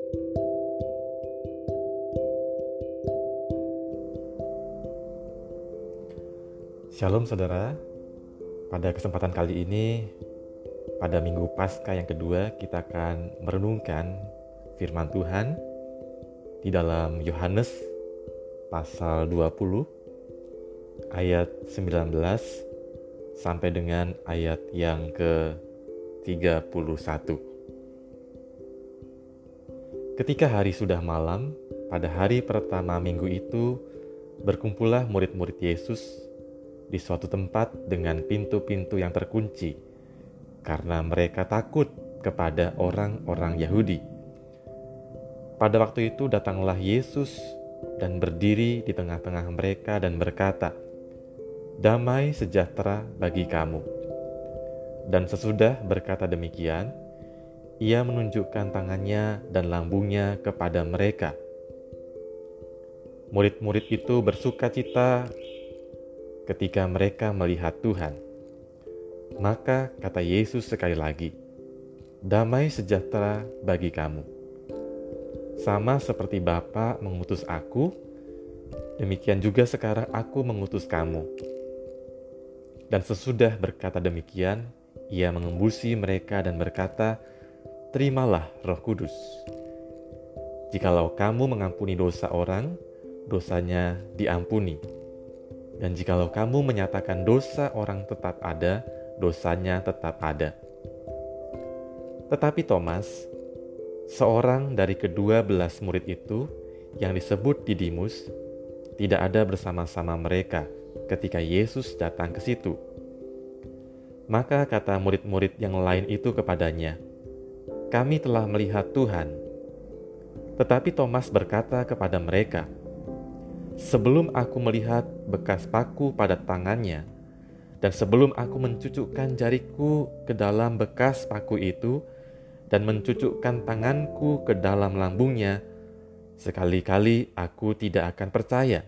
Shalom saudara, pada kesempatan kali ini, pada Minggu Paskah yang kedua, kita akan merenungkan firman Tuhan di dalam Yohanes pasal 20 ayat 19 sampai dengan ayat yang ke-31. Ketika hari sudah malam, pada hari pertama minggu itu, berkumpullah murid-murid Yesus di suatu tempat dengan pintu-pintu yang terkunci, karena mereka takut kepada orang-orang Yahudi. Pada waktu itu datanglah Yesus dan berdiri di tengah-tengah mereka dan berkata, "Damai sejahtera bagi kamu." Dan sesudah berkata demikian, ia menunjukkan tangannya dan lambungnya kepada mereka. Murid-murid itu bersuka cita ketika mereka melihat Tuhan. Maka kata Yesus sekali lagi, "Damai sejahtera bagi kamu. Sama seperti Bapa mengutus aku, demikian juga sekarang aku mengutus kamu." Dan sesudah berkata demikian, ia mengembusi mereka dan berkata, "Terimalah Roh Kudus. Jikalau kamu mengampuni dosa orang, dosanya diampuni. Dan jikalau kamu menyatakan dosa orang tetap ada, dosanya tetap ada." Tetapi Thomas, seorang dari ke-12 murid itu, yang disebut Didimus, tidak ada bersama-sama mereka ketika Yesus datang ke situ. Maka kata murid-murid yang lain itu kepadanya, "Kami telah melihat Tuhan." Tetapi Thomas berkata kepada mereka, "Sebelum aku melihat bekas paku pada tangannya, dan sebelum aku mencucukkan jariku ke dalam bekas paku itu, dan mencucukkan tanganku ke dalam lambungnya, sekali-kali aku tidak akan percaya."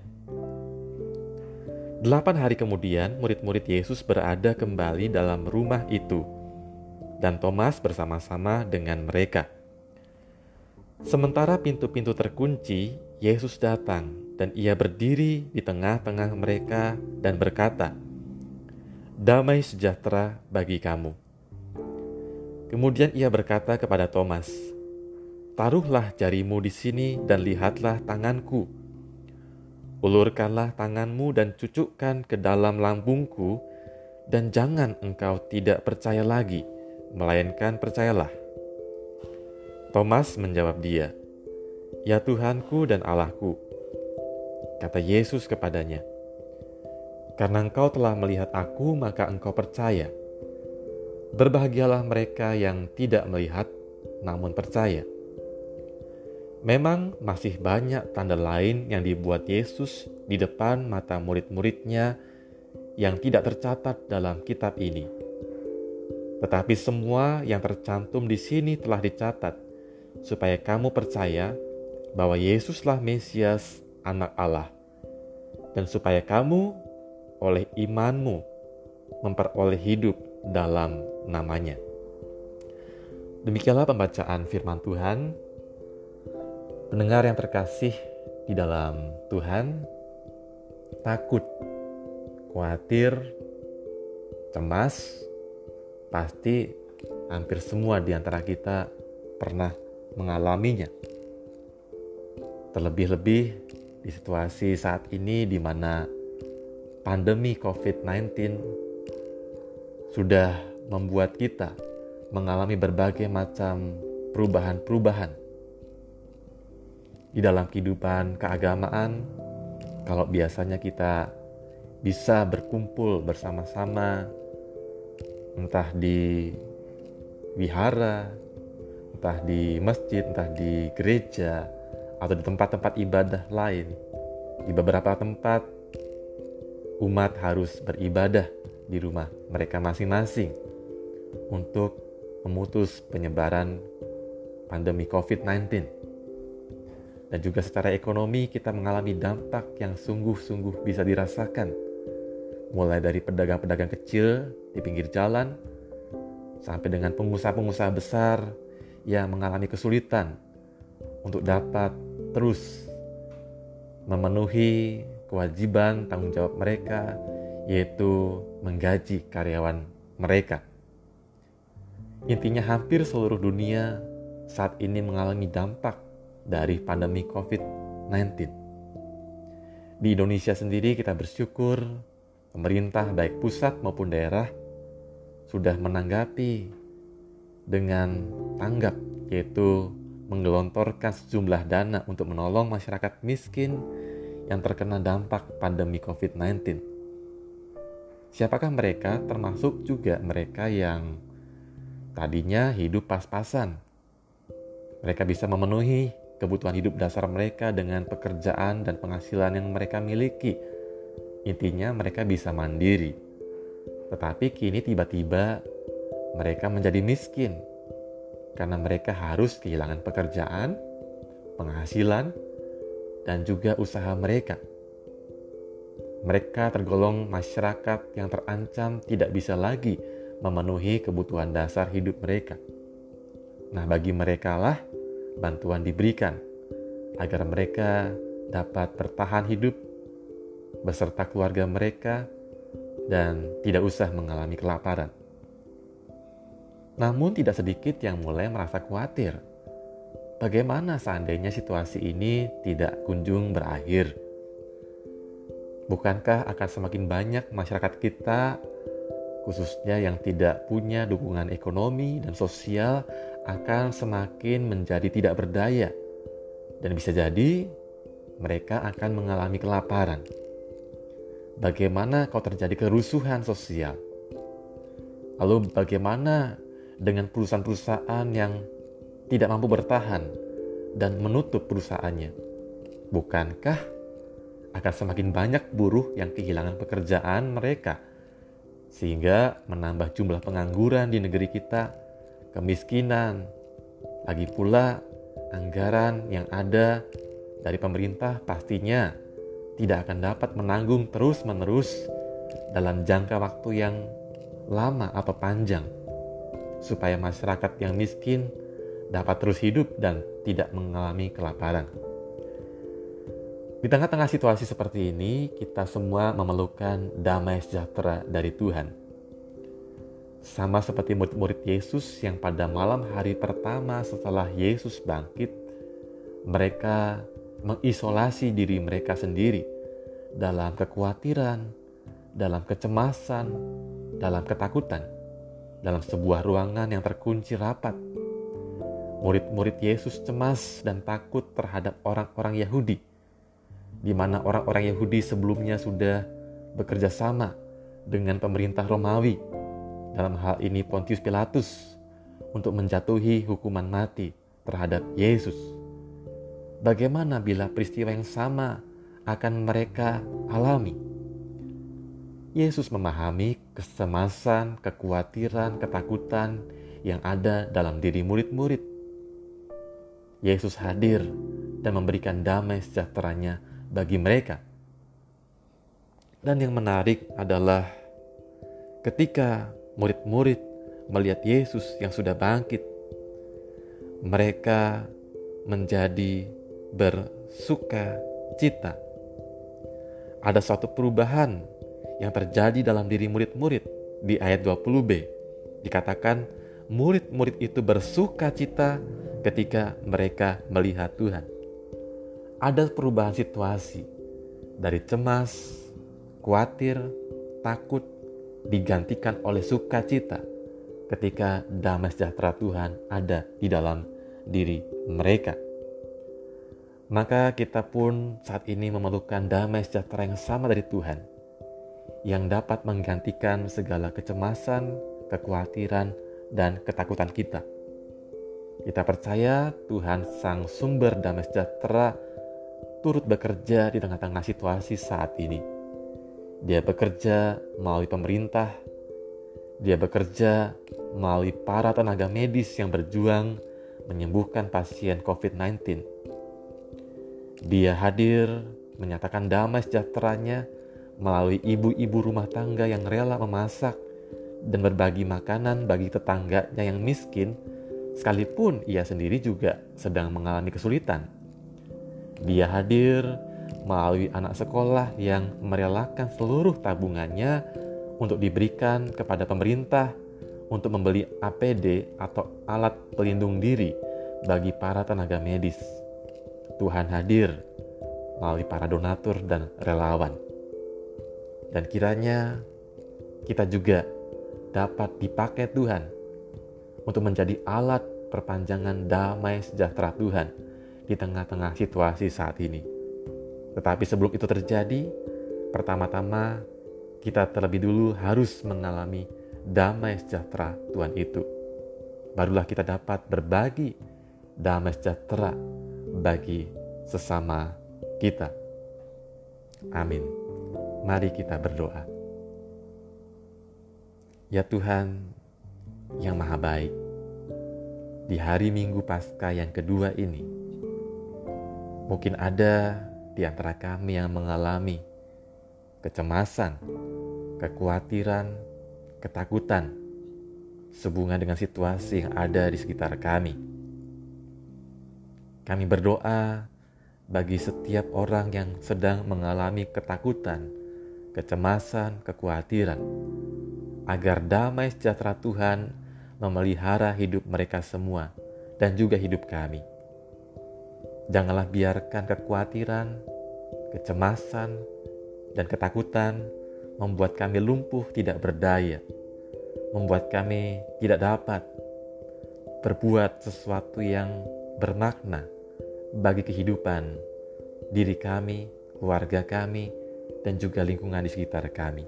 8 hari kemudian, murid-murid Yesus berada kembali dalam rumah itu, dan Thomas bersama-sama dengan mereka. Sementara pintu-pintu terkunci, Yesus datang dan ia berdiri di tengah-tengah mereka dan berkata, "Damai sejahtera bagi kamu." Kemudian ia berkata kepada Thomas, "Taruhlah jarimu di sini dan lihatlah tanganku. Ulurkanlah tanganmu dan cucukkan ke dalam lambungku, dan jangan engkau tidak percaya lagi, melainkan percayalah." Thomas menjawab dia, "Ya Tuhanku dan Allahku." Kata Yesus kepadanya, "Karena engkau telah melihat aku, maka engkau percaya. Berbahagialah mereka yang tidak melihat, namun percaya." Memang masih banyak tanda lain yang dibuat Yesus di depan mata murid-muridnya yang tidak tercatat dalam kitab ini. Tetapi semua yang tercantum di sini telah dicatat, supaya kamu percaya bahwa Yesuslah Mesias, Anak Allah, dan supaya kamu oleh imanmu memperoleh hidup dalam namanya. Demikianlah pembacaan firman Tuhan. Pendengar yang terkasih di dalam Tuhan, takut, khawatir, cemas, pasti hampir semua di antara kita pernah mengalaminya. Terlebih-lebih di situasi saat ini di mana pandemi COVID-19 sudah membuat kita mengalami berbagai macam perubahan-perubahan di dalam kehidupan keagamaan. Kalau biasanya kita bisa berkumpul bersama-sama, entah di wihara, entah di masjid, entah di gereja, atau di tempat-tempat ibadah lain. Di beberapa tempat, umat harus beribadah di rumah mereka masing-masing untuk memutus penyebaran pandemi COVID-19. Dan juga secara ekonomi kita mengalami dampak yang sungguh-sungguh bisa dirasakan. Mulai dari pedagang-pedagang kecil di pinggir jalan, sampai dengan pengusaha-pengusaha besar yang mengalami kesulitan untuk dapat terus memenuhi kewajiban tanggung jawab mereka, yaitu menggaji karyawan mereka. Intinya hampir seluruh dunia saat ini mengalami dampak dari pandemi COVID-19. Di Indonesia sendiri kita bersyukur pemerintah baik pusat maupun daerah sudah menanggapi dengan tanggap, yaitu menggelontorkan sejumlah dana untuk menolong masyarakat miskin yang terkena dampak pandemi COVID-19. Siapakah mereka? Termasuk juga mereka yang tadinya hidup pas-pasan. Mereka bisa memenuhi kebutuhan hidup dasar mereka dengan pekerjaan dan penghasilan yang mereka miliki. Intinya mereka bisa mandiri. Tetapi kini tiba-tiba mereka menjadi miskin karena mereka harus kehilangan pekerjaan, penghasilan, dan juga usaha mereka. Mereka tergolong masyarakat yang terancam tidak bisa lagi memenuhi kebutuhan dasar hidup mereka. Nah, bagi mereka lah bantuan diberikan agar mereka dapat bertahan hidup beserta keluarga mereka dan tidak usah mengalami kelaparan. Namun tidak sedikit yang mulai merasa khawatir. Bagaimana seandainya situasi ini tidak kunjung berakhir? Bukankah akan semakin banyak masyarakat kita, khususnya yang tidak punya dukungan ekonomi dan sosial, akan semakin menjadi tidak berdaya, dan bisa jadi mereka akan mengalami kelaparan. Bagaimana kalau terjadi kerusuhan sosial? Lalu bagaimana dengan perusahaan-perusahaan yang tidak mampu bertahan dan menutup perusahaannya? Bukankah akan semakin banyak buruh yang kehilangan pekerjaan mereka, sehingga menambah jumlah pengangguran di negeri kita, kemiskinan, lagi pula anggaran yang ada dari pemerintah pastinya tidak akan dapat menanggung terus-menerus dalam jangka waktu yang lama atau panjang, supaya masyarakat yang miskin dapat terus hidup dan tidak mengalami kelaparan. Di tengah-tengah situasi seperti ini, kita semua memerlukan damai sejahtera dari Tuhan. Sama seperti murid-murid Yesus yang pada malam hari pertama setelah Yesus bangkit, mereka mengisolasi diri mereka sendiri dalam kekhawatiran, dalam kecemasan, dalam ketakutan, dalam sebuah ruangan yang terkunci rapat. Murid-murid Yesus cemas dan takut terhadap orang-orang Yahudi, di mana orang-orang Yahudi sebelumnya sudah bekerja sama dengan pemerintah Romawi, dalam hal ini Pontius Pilatus, untuk menjatuhi hukuman mati terhadap Yesus. Bagaimana bila peristiwa yang sama akan mereka alami? Yesus memahami kecemasan, kekhawatiran, ketakutan yang ada dalam diri murid-murid. Yesus hadir dan memberikan damai sejahteranya bagi mereka. Dan yang menarik adalah ketika murid-murid melihat Yesus yang sudah bangkit, mereka menjadi bersuka cita. Ada suatu perubahan yang terjadi dalam diri murid-murid. Di ayat 20b dikatakan murid-murid itu bersuka cita ketika mereka melihat Tuhan. Ada perubahan situasi dari cemas, khawatir, takut digantikan oleh sukacita ketika damai sejahtera Tuhan ada di dalam diri mereka. Maka kita pun saat ini memerlukan damai sejahtera yang sama dari Tuhan, yang dapat menggantikan segala kecemasan, kekhawatiran, dan ketakutan kita. Kita percaya Tuhan Sang Sumber Damai Sejahtera turut bekerja di tengah-tengah situasi saat ini. Dia bekerja melalui pemerintah, dia bekerja melalui para tenaga medis yang berjuang menyembuhkan pasien COVID-19. Dia hadir menyatakan damai sejahteranya melalui ibu-ibu rumah tangga yang rela memasak dan berbagi makanan bagi tetangganya yang miskin, sekalipun ia sendiri juga sedang mengalami kesulitan. Dia hadir melalui anak sekolah yang merelakan seluruh tabungannya untuk diberikan kepada pemerintah untuk membeli APD atau alat pelindung diri bagi para tenaga medis. Tuhan hadir melalui para donatur dan relawan. Dan kiranya kita juga dapat dipakai Tuhan untuk menjadi alat perpanjangan damai sejahtera Tuhan di tengah-tengah situasi saat ini. Tetapi sebelum itu terjadi, pertama-tama kita terlebih dulu harus mengalami damai sejahtera Tuhan itu. Barulah kita dapat berbagi damai sejahtera bagi sesama kita. Amin. Mari kita berdoa. Ya Tuhan yang Maha Baik, di hari Minggu Paskah yang kedua ini, mungkin ada di antara kami yang mengalami kecemasan, kekhawatiran, ketakutan sehubungan dengan situasi yang ada di sekitar kami. Kami berdoa bagi setiap orang yang sedang mengalami ketakutan, kecemasan, kekhawatiran, agar damai sejahtera Tuhan memelihara hidup mereka semua dan juga hidup kami. Janganlah biarkan kekhawatiran, kecemasan, dan ketakutan membuat kami lumpuh tidak berdaya, membuat kami tidak dapat berbuat sesuatu yang bermakna bagi kehidupan diri kami, keluarga kami, dan juga lingkungan di sekitar kami.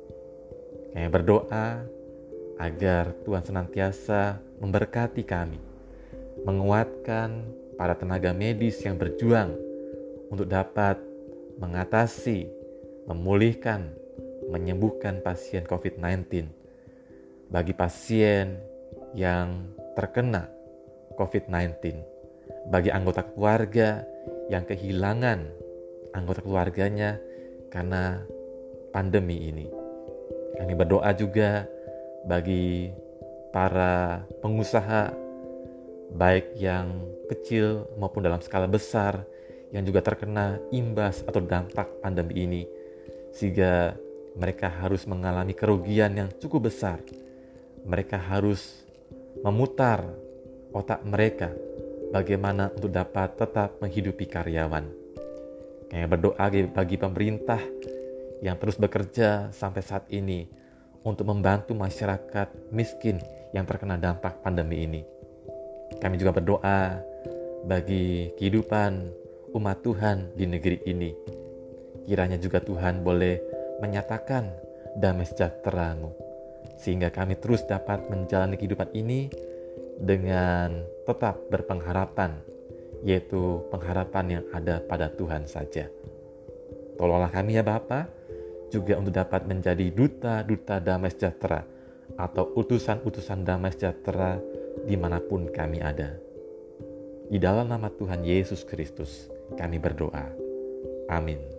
Kami berdoa agar Tuhan senantiasa memberkati kami, menguatkan para tenaga medis yang berjuang untuk dapat mengatasi, memulihkan, menyembuhkan pasien COVID-19. Bagi pasien yang terkena COVID-19, bagi anggota keluarga yang kehilangan anggota keluarganya karena pandemi ini. Kami berdoa juga bagi para pengusaha, baik yang kecil maupun dalam skala besar, yang juga terkena imbas atau dampak pandemi ini, sehingga mereka harus mengalami kerugian yang cukup besar. Mereka harus memutar otak mereka bagaimana untuk dapat tetap menghidupi karyawan. Kami berdoa bagi pemerintah yang terus bekerja sampai saat ini untuk membantu masyarakat miskin yang terkena dampak pandemi ini. Kami juga berdoa bagi kehidupan umat Tuhan di negeri ini. Kiranya juga Tuhan boleh menyatakan damai sejahtera-Mu, sehingga kami terus dapat menjalani kehidupan ini dengan tetap berpengharapan, yaitu pengharapan yang ada pada Tuhan saja. Tolonglah kami ya Bapa, juga untuk dapat menjadi duta-duta damai sejahtera atau utusan-utusan damai sejahtera dimanapun kami ada. Di dalam nama Tuhan Yesus Kristus kami berdoa. Amin.